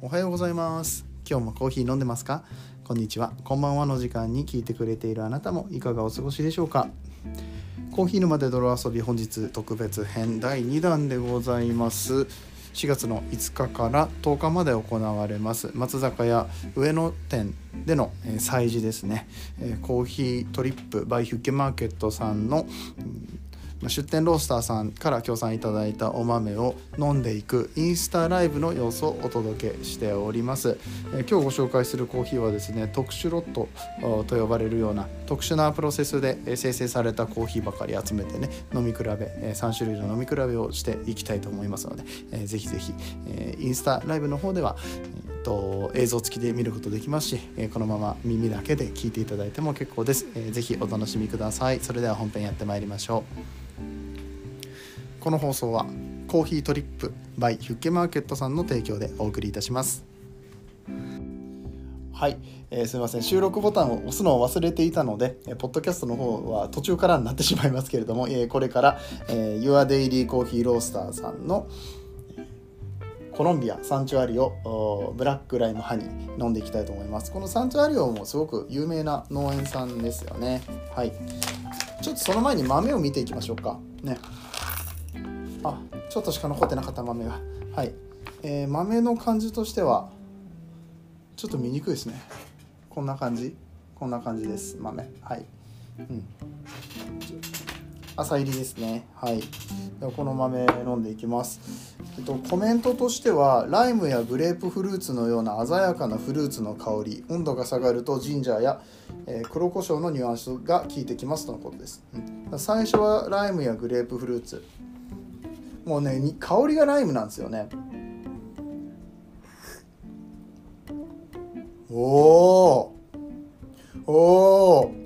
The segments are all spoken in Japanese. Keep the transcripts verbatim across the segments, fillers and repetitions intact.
おはようございます。今日もコーヒー飲んでますか？こんにちは、こんばんはの時間に聞いてくれているあなたもいかがお過ごしでしょうか？コーヒー沼で泥遊び、本日特別編だいにだんでございます。しがつのいつかからとおかまで行われます松坂屋上野店での催事ですね。コーヒートリップ by ヒュッケマーケットさんの出店ロースターさんから協賛いただいたお豆を飲んでいくインスタライブの様子をお届けしております。え今日ご紹介するコーヒーはですね、特殊ロットと呼ばれるような特殊なプロセスで生成されたコーヒーばかり集めてね、飲み比べさんしゅるいの飲み比べをしていきたいと思いますので、えぜひぜひ、えインスタライブの方ではと映像付きで見ることできますし、このまま耳だけで聞いていただいても結構です。ぜひお楽しみください。それでは本編やってまいりましょう。この放送はコーヒートリップ by ヒュッケマーケットさんの提供でお送りいたします。はい、えー、すみません、収録ボタンを押すのを忘れていたので、えー、ポッドキャストの方は途中からになってしまいますけれども、えー、これから、えー、Your Daily Coffee Roaster さんのコロンビアサンチュアリオブラックライムハニー飲んでいきたいと思います。このサンチュアリオもすごく有名な農園さんですよね。はい、ちょっとその前に豆を見ていきましょうかね。あ、ちょっとしか残ってなかった豆が、はい、えー、豆の感じとしてはちょっと見にくいですね。こんな感じこんな感じです豆。はい、うん、浅入りですね。はい、ではこの豆飲んでいきます。えっと、コメントとしてはライムやグレープフルーツのような鮮やかなフルーツの香り、温度が下がるとジンジャーや、えー、黒胡椒のニュアンスが効いてきますとのことです。うん、最初はライムやグレープフルーツ、もうね香りがライムなんですよね。おーおー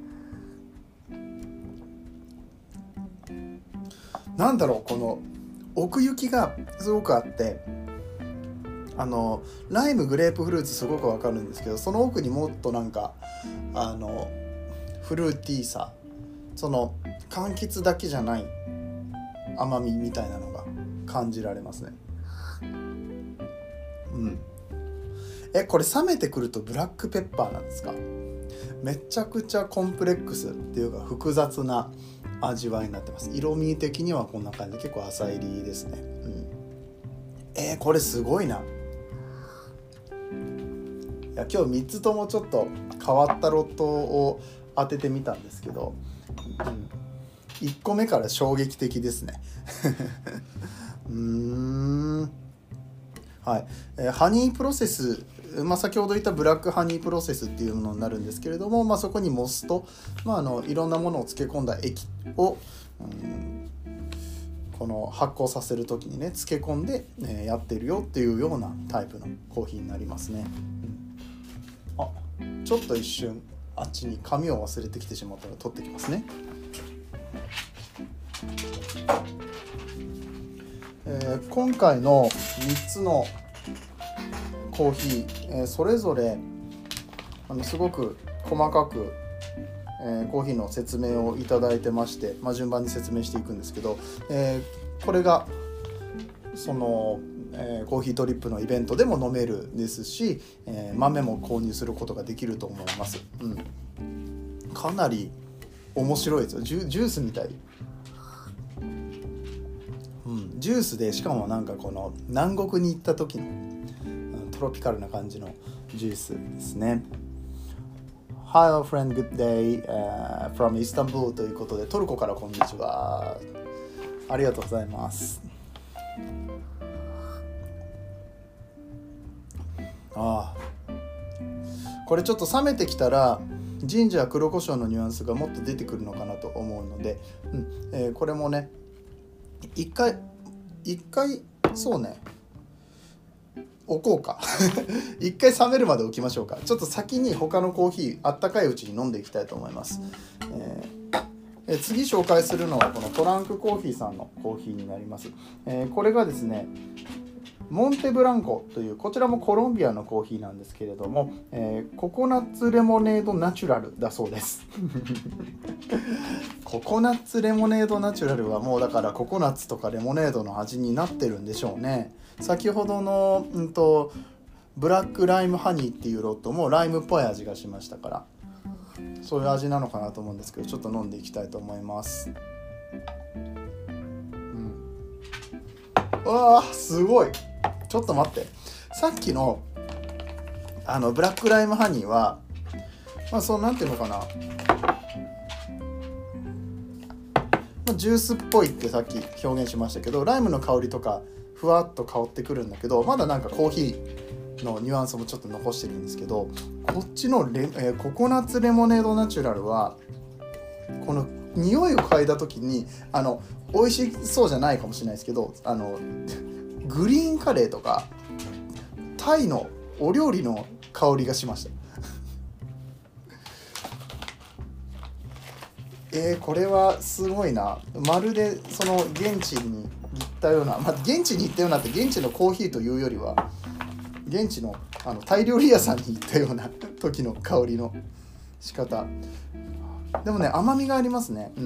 なんだろう、この奥行きがすごくあって、あのライムグレープフルーツすごくわかるんですけど、その奥にもっとなんかあのフルーティーさ、その柑橘だけじゃない甘みみたいなのが感じられますね。うん。え、これ冷めてくるとブラックペッパーなんですか？めちゃくちゃコンプレックスっていうか複雑な味わいになってます。色味的にはこんな感じで結構浅入りですね。うん、えー、これすごいな。いや、今日みっつともちょっと変わったロットを当ててみたんですけど、うん、いっこめから衝撃的ですね。うーん、はい、えー、ハニープロセス、まあ、先ほど言ったブラックハニープロセスっていうものになるんですけれども、まあ、そこにモスと、まあ、あのいろんなものを漬け込んだ液を、うん、この発酵させる時にね漬け込んで、ね、やってるよっていうようなタイプのコーヒーになりますね。うん、あ、ちょっと一瞬あっちに紙を忘れてきてしまったので取ってきますね。えー、今回のみっつのコーヒー、えー、それぞれあのすごく細かく、えー、コーヒーの説明をいただいてまして、まあ、順番に説明していくんですけど、えー、これがその、えー、コーヒートリップのイベントでも飲めるですし、えー、豆も購入することができると思います。うん、かなり面白いですよ。ジュ、ジュースみたい。うん、ジュースでしかもなんかこの南国に行った時のトロピカルな感じのジュースですね。Hello friend, good day、uh, from Istanbul ということで、トルコからこんにちは。ありがとうございます。ああ、これちょっと冷めてきたらジンジャー黒胡椒のニュアンスがもっと出てくるのかなと思うので、うんえー、これもね一回一回そうね置こうか。一回冷めるまで置きましょうか。ちょっと先に他のコーヒーあったかいうちに飲んでいきたいと思います。えーえ次紹介するのはこのトランクコーヒーさんのコーヒーになります。えー、これがですねモンテブランコというこちらもコロンビアのコーヒーなんですけれども、えー、ココナッツレモネードナチュラルだそうです。ココナッツレモネードナチュラルはもうだからココナッツとかレモネードの味になってるんでしょうね。先ほどの、うんとブラックライムハニーっていうロットもライムっぽい味がしましたから、そういう味なのかなと思うんですけど、ちょっと飲んでいきたいと思います。うん、うわーすごい。ちょっと待って、さっきのあのブラックライムハニーは、まあ、そうなんていうのかな、まあ、ジュースっぽいってさっき表現しましたけど、ライムの香りとかふわっと香ってくるんだけど、まだなんかコーヒーのニュアンスもちょっと残してるんですけど、こっちのレ、えー、ココナッツレモネードナチュラルはこの匂いを嗅いだ時に、あの美味しそうじゃないかもしれないですけど、あのグリーンカレーとかタイのお料理の香りがしました。えー、これはすごいな。まるでその現地に行ったような、まあ、現地に行ったようなって現地のコーヒーというよりは現地の、あのタイ料理屋さんに行ったような時の香りの仕方でもね、甘みがありますね。うん。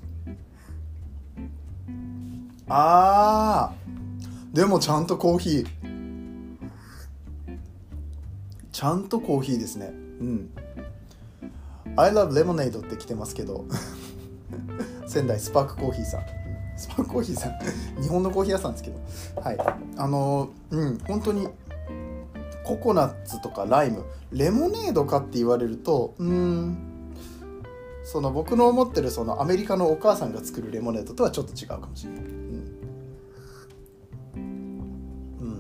あーでもちゃんとコーヒーちゃんとコーヒーですね。うん。I love lemonade って来てますけど仙台スパークコーヒーさん、スパークコーヒーさん日本のコーヒー屋さんですけど、はい、あのうん本当にココナッツとかライム、レモネードかって言われると、うーんその僕の思ってるそのアメリカのお母さんが作るレモネードとはちょっと違うかもしれない。うん、うん、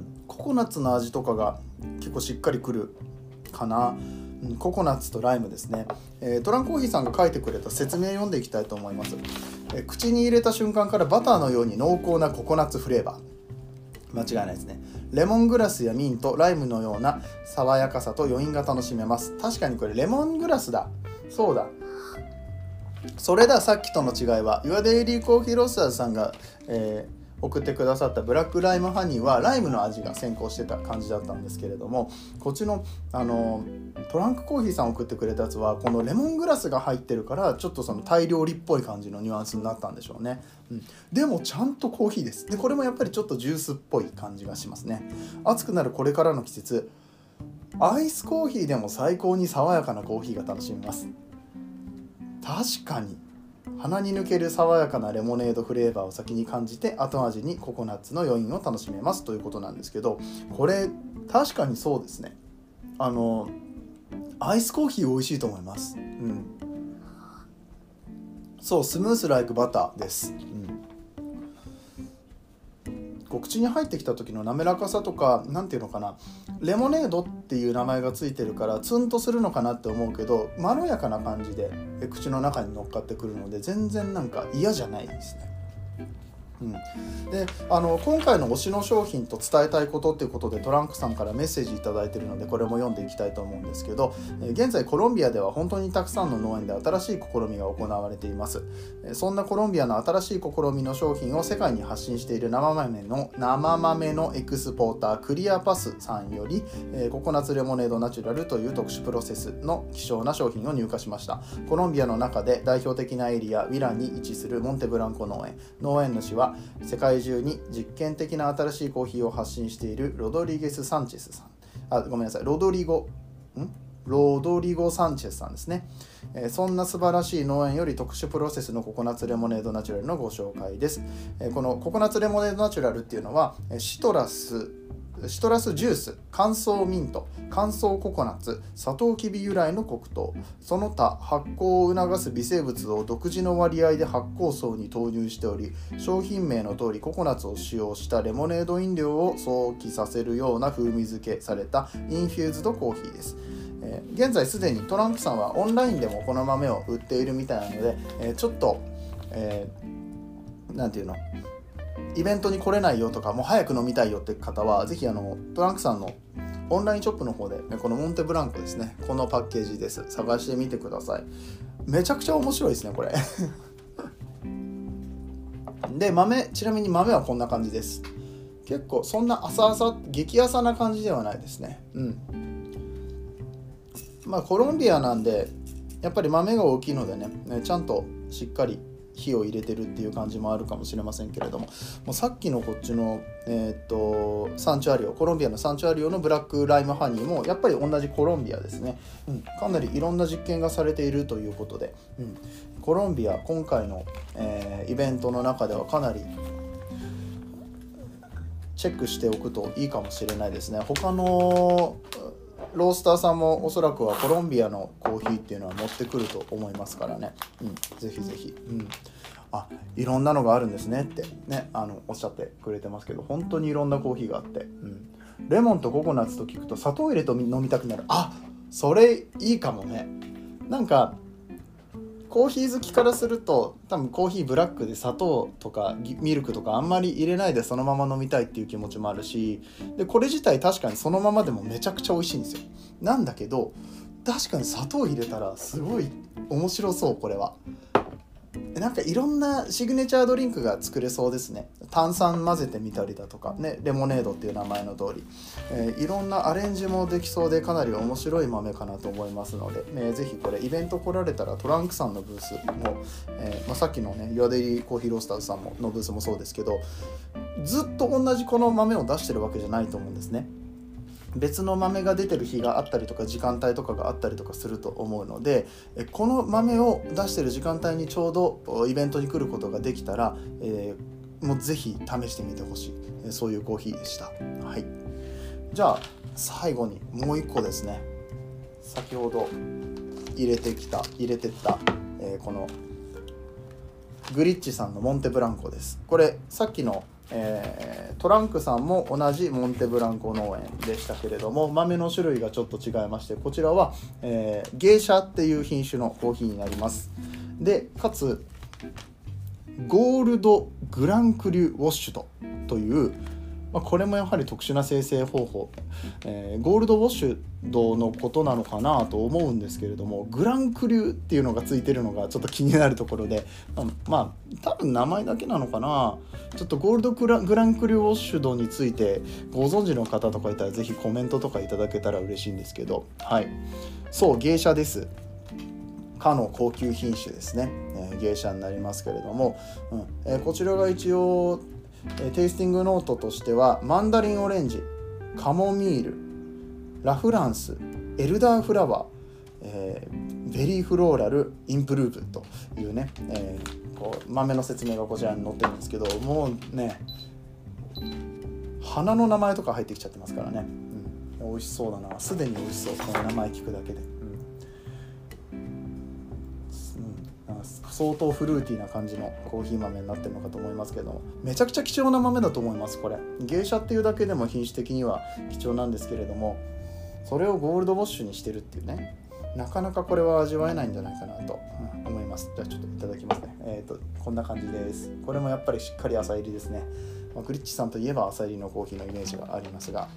ココナッツの味とかが結構しっかりくるかな。ココナッツとライムですね。えー、トランコーヒーさんが書いてくれた説明を読んでいきたいと思います。えー、口に入れた瞬間からバターのように濃厚なココナッツフレーバー、間違いないですね。レモングラスやミント、ライムのような爽やかさと余韻が楽しめます。確かにこれレモングラスだ。そうだ、それだ。さっきとの違いは、Your Daily Coffee Roastersさんが、えー送ってくださったブラックライムハニーはライムの味が先行してた感じだったんですけれども、こっちのあのトランクコーヒーさん送ってくれたやつはこのレモングラスが入ってるからちょっとそのタイ料理っぽい感じのニュアンスになったんでしょうね。うん、でもちゃんとコーヒーです。でこれもやっぱりちょっとジュースっぽい感じがしますね。暑くなるこれからの季節、アイスコーヒーでも最高に爽やかなコーヒーが楽しめます。確かに鼻に抜ける爽やかなレモネードフレーバーを先に感じて、後味にココナッツの余韻を楽しめますということなんですけど、これ確かにそうですね。あのアイスコーヒー美味しいと思います。うん、そう、スムースライクバターです。うん、こう口に入ってきた時の滑らかさとか、なんていうのかな、レモネードっていう名前がついてるからツンとするのかなって思うけど、まろやかな感じで口の中に乗っかってくるので全然なんか嫌じゃないですね。うん、であの今回の推しの商品と伝えたいことっていうことでトランクさんからメッセージいただいているので、これも読んでいきたいと思うんですけど、現在コロンビアでは本当にたくさんの農園で新しい試みが行われています。そんなコロンビアの新しい試みの商品を世界に発信している生豆の生豆のエクスポータークリアパスさんよりココナッツレモネードナチュラルという特殊プロセスの希少な商品を入荷しました。コロンビアの中で代表的なエリアウィランに位置するモンテブランコ農園、農園主は世界中に実験的な新しいコーヒーを発信しているロドリゲス・サンチェスさん、あ、ごめんなさい、ロドリゴんロドリゴ・サンチェスさんですね。えー、そんな素晴らしい農園より特殊プロセスのココナッツレモネードナチュラルのご紹介です。えー、このココナッツレモネードナチュラルっていうのはシトラスシトラスジュース、乾燥ミント、乾燥ココナッツ、サトウキビ由来の黒糖、その他発酵を促す微生物を独自の割合で発酵層に投入しており、商品名の通りココナッツを使用したレモネード飲料を想起させるような風味付けされたインフューズドコーヒーです。えー、現在すでにトランプさんはオンラインでもこの豆を売っているみたいなので、えー、ちょっと、えー、なんていうのイベントに来れないよとかもう早く飲みたいよって方はぜひあのトランクさんのオンラインショップの方でこのモンテブランコですね、このパッケージです、探してみてください。めちゃくちゃ面白いですねこれで豆、ちなみに豆はこんな感じです。結構そんな浅々激浅な感じではないですね。うんまあコロンビアなんでやっぱり豆が大きいのでね、ちゃんとしっかり火を入れてるっていう感じもあるかもしれませんけれども、もうさっきのこっちの、えー、っとサンチュアリオコロンビアのサンチュアリオのブラックライムハニーもやっぱり同じコロンビアですね、うん、かなりいろんな実験がされているということで、うん、コロンビア今回の、えー、イベントの中ではかなりチェックしておくといいかもしれないですね。他のロースターさんもおそらくはコロンビアのコーヒーっていうのは持ってくると思いますからね、うん、ぜひぜひ、うん、あ、いろんなのがあるんですねってね、あのおっしゃってくれてますけど、本当にいろんなコーヒーがあって、うん、レモンとココナッツと聞くと砂糖入れと飲みたくなる。あ、それいいかもね。なんかコーヒー好きからすると多分コーヒーブラックで砂糖とかミルクとかあんまり入れないでそのまま飲みたいっていう気持ちもあるし、でこれ自体確かにそのままでもめちゃくちゃ美味しいんですよ。なんだけど確かに砂糖入れたらすごい面白そう。これはなんかいろんなシグネチャードリンクが作れそうですね。炭酸混ぜてみたりだとかね、レモネードっていう名前の通り、えー、いろんなアレンジもできそうでかなり面白い豆かなと思いますので、えー、ぜひこれイベント来られたらトランクさんのブースも、えーまあ、さっきのねユアデリーコーヒーロースターズさんものブースもそうですけど、ずっと同じこの豆を出してるわけじゃないと思うんですね。別の豆が出てる日があったりとか時間帯とかがあったりとかすると思うので、この豆を出してる時間帯にちょうどイベントに来ることができたら、えー、もうぜひ試してみてほしい、そういうコーヒーでした。はい、じゃあ最後にもう一個ですね、先ほど入れてきた入れてった、えー、このグリッチさんのモンテブランコです。これさっきのえー、トランクさんも同じモンテブランコ農園でしたけれども、豆の種類がちょっと違いまして、こちらは、えー、ゲーシャっていう品種のコーヒーになります。でかつゴールドグランクリュウォッシュドという、まあ、これもやはり特殊な生成方法、えー、ゴールドウォッシュドのことなのかなと思うんですけれども、グランクリュっていうのがついてるのがちょっと気になるところで、まあ、まあ多分名前だけなのかな。ちょっとゴールドグラ、グランクリュウォッシュドについてご存知の方とかいたらぜひコメントとかいただけたら嬉しいんですけど、はい、そう芸者です。かの高級品種ですね、えー、芸者になりますけれども、うんえー、こちらが一応テイスティングノートとしてはマンダリンオレンジ、カモミール、ラフランス、エルダーフラワー、えー、ベリーフローラル、インプルーブというね、えー、こう豆の説明がこちらに載ってるんですけど、もうね花の名前とか入ってきちゃってますからね、うん、美味しそうだな。すでに美味しそう、この名前聞くだけで、相当フルーティーな感じのコーヒー豆になってるのかと思いますけど、めちゃくちゃ貴重な豆だと思います。これ芸者っていうだけでも品種的には貴重なんですけれども、それをゴールドウォッシュにしてるっていうね、なかなかこれは味わえないんじゃないかなと思います。じゃあちょっといただきますね。えーとこんな感じです。これもやっぱりしっかり浅入りですね。まあ、グリッチさんといえば浅入りのコーヒーのイメージがありますが、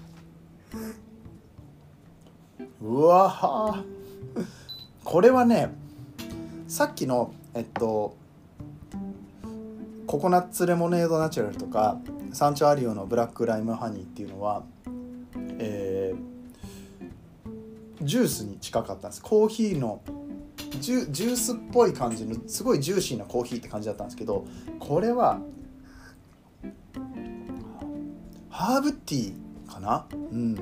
うわーこれはね、さっきのえっとココナッツレモネードナチュラルとかサンチョアリオのブラックライムハニーっていうのは、えー、ジュースに近かったんです。コーヒーのジュ、ジュースっぽい感じのすごいジューシーなコーヒーって感じだったんですけど、これはハーブティーかな。うん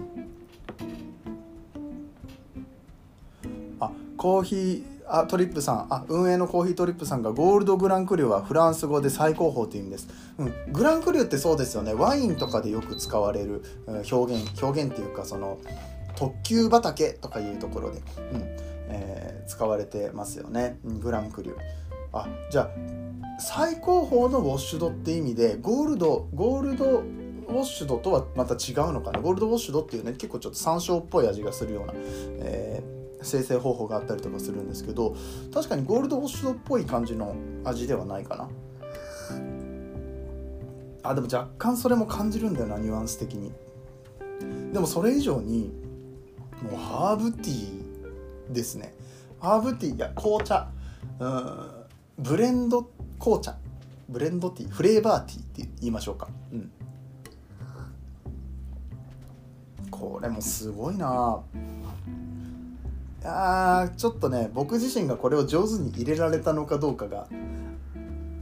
あコーヒーあトリップさんあ運営のコーヒートリップさんがゴールドグランクリュはフランス語で最高峰という意味です、うん、グランクリュってそうですよね。ワインとかでよく使われる表現表現っていうか、その特級畑とかいうところで、うんえー、使われてますよね、うん、グランクリュ。あじゃあ最高峰のウォッシュドって意味でゴールドゴールドウォッシュドとはまた違うのかな。ゴールドウォッシュドっていうね、結構ちょっと山椒っぽい味がするような、えー生成方法があったりとかするんですけど、確かにゴールドウォッシュドっぽい感じの味ではないかな。あでも若干それも感じるんだよな、ニュアンス的に。でもそれ以上にもうハーブティーですね。ハーブティー、いや紅茶、うんブレンド紅茶、ブレンドティー、フレーバーティーって言いましょうか、うん、これもすごいな。あーちょっとね僕自身がこれを上手に入れられたのかどうかが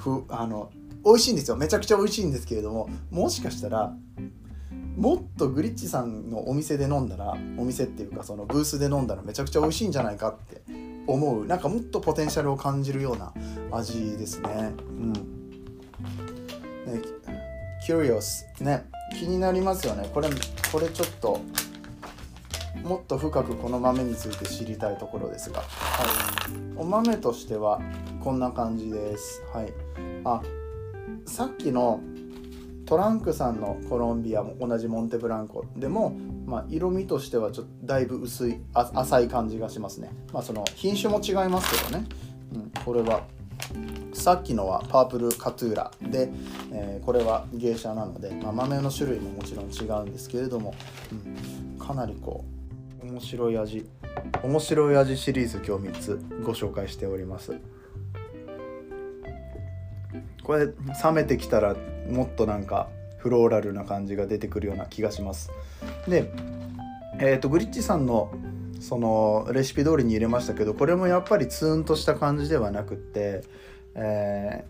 ふあの美味しいんですよ。めちゃくちゃ美味しいんですけれども、もしかしたらもっとグリッチさんのお店で飲んだら、お店っていうかそのブースで飲んだらめちゃくちゃ美味しいんじゃないかって思う、なんかもっとポテンシャルを感じるような味ですね。うんね、Curious ね、気になりますよね。これこれちょっともっと深くこの豆について知りたいところですが、はい、お豆としてはこんな感じです。はい、あ、さっきのトランクさんのコロンビアも同じモンテブランコでも、まあ、色味としてはちょっとだいぶ薄いあ浅い感じがしますね。まあその品種も違いますけどね、うん、これはさっきのはパープルカトゥーラで、えー、これは芸者なので、まあ、豆の種類ももちろん違うんですけれども、うん、かなりこう面白い味面白い味シリーズ今日みっつご紹介しております。これ冷めてきたらもっとなんかフローラルな感じが出てくるような気がします。で、えーと、グリッチさんのそのレシピ通りに入れましたけど、これもやっぱりツーンとした感じではなくって、え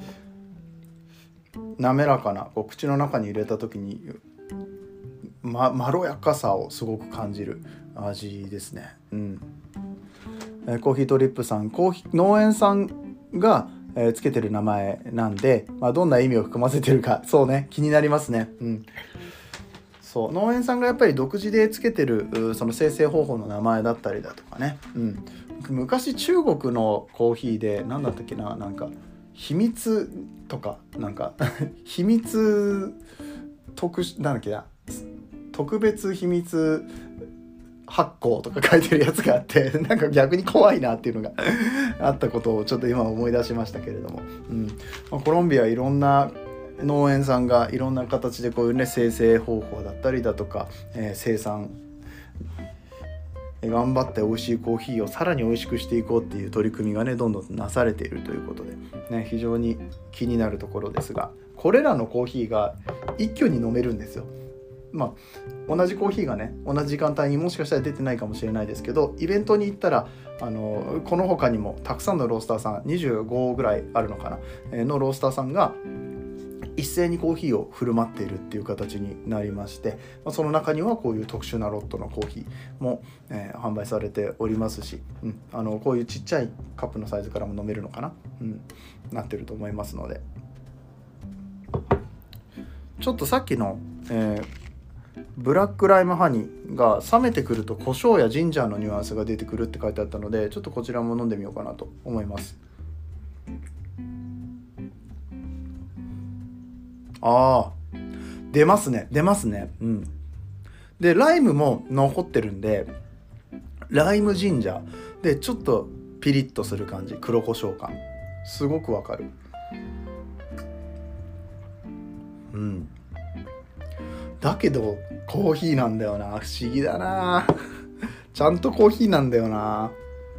ー、滑らかなこう口の中に入れた時に、ま、まろやかさをすごく感じる味ですね。うん、えー、コーヒートリップさん、コーヒー農園さんがえー、つけてる名前なんで、まあ、どんな意味を含ませてるか、そうね、気になりますね。うん、そう農園さんがやっぱり独自でつけてるその生成方法の名前だったりだとかね、うん、昔中国のコーヒーで何だったっけな、なんか秘密とかなんか秘密特なんだっけな特別秘密発酵とか書いてるやつがあってなんか逆に怖いなっていうのがあったことをちょっと今思い出しましたけれども、うんまあ、コロンビアはいろんな農園さんがいろんな形でこういうね生成方法だったりだとか、えー、生産頑張って美味しいコーヒーをさらに美味しくしていこうっていう取り組みがねどんどんなされているということで、ね、非常に気になるところですが、これらのコーヒーが一挙に飲めるんですよ。まあ、同じコーヒーがね同じ時間帯にもしかしたら出てないかもしれないですけど、イベントに行ったらあのこの他にもたくさんのロースターさんにじゅうごぐらいあるのかな、えー、のロースターさんが一斉にコーヒーを振る舞っているっていう形になりまして、まあ、その中にはこういう特殊なロットのコーヒーも、えー、販売されておりますし、うん、あのこういうちっちゃいカップのサイズからも飲めるのかな、うん、なってると思いますので、ちょっとさっきの、えーブラックライムハニーが冷めてくると胡椒やジンジャーのニュアンスが出てくるって書いてあったので、ちょっとこちらも飲んでみようかなと思います。あー出ますね出ますねうんでライムも残ってるんで、ライムジンジャーでちょっとピリッとする感じ、黒胡椒感すごくわかる。うんだけどコーヒーなんだよな、不思議だなちゃんとコーヒーなんだよな。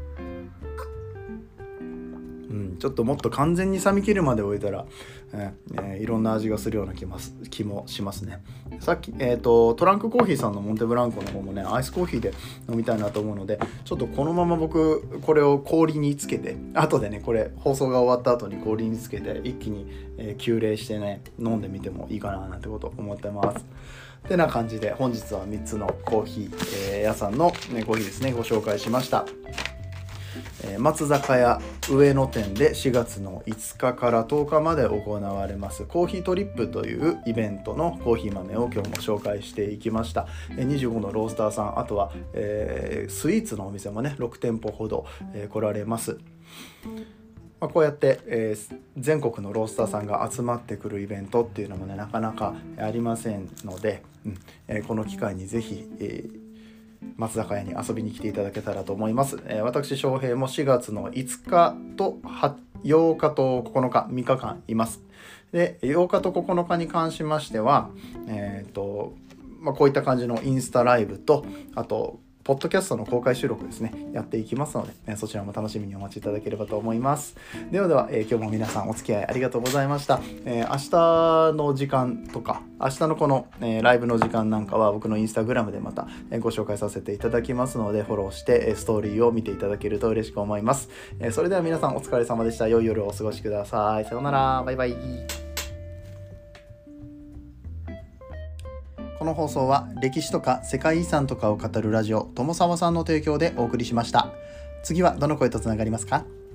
うんちょっともっと完全に冷め切るまで置いたら、えーえー、いろんな味がするような気ます気もしますね。さっき、えーと、トランクコーヒーさんのモンテブランコの方もねアイスコーヒーで飲みたいなと思うので、ちょっとこのまま僕これを氷につけて、後でねこれ放送が終わった後に氷につけて一気に、えー、急冷してね飲んでみてもいいかななんてこと思ってます。てな感じで本日はみっつのコーヒー、えー、屋さんの、ね、コーヒーですねご紹介しました。えー、松坂屋上野店でしがつのいつかからとおかまで行われますコーヒートリップというイベントのコーヒー豆を今日も紹介していきました。えー、にじゅうごのロースターさん、あとは、えー、スイーツのお店もねろくてんぽほど、えー、来られます。まあ、こうやって、えー、全国のロースターさんが集まってくるイベントっていうのもねなかなかありませんので、うんえー、この機会にぜひ、えー、松坂屋に遊びに来ていただけたらと思います。えー、私翔平もしがつのいつかとようかとここのかみっかかんいます。でようかとここのかに関しましては、えーとまあ、こういった感じのインスタライブと、あとポッドキャストの公開収録ですねやっていきますので、えー、そちらも楽しみにお待ちいただければと思います。ではでは、えー、今日も皆さんお付き合いありがとうございました。えー、明日の時間とか明日のこの、えー、ライブの時間なんかは僕のインスタグラムでまた、えー、ご紹介させていただきますので、フォローして、えー、ストーリーを見ていただけると嬉しく思います。えー、それでは皆さんお疲れ様でした。良い夜をお過ごしください。さようなら。バイバイ。この放送は歴史とか世界遺産とかを語るラジオ友沢さんの提供でお送りしました。次はどの声とつながりますか？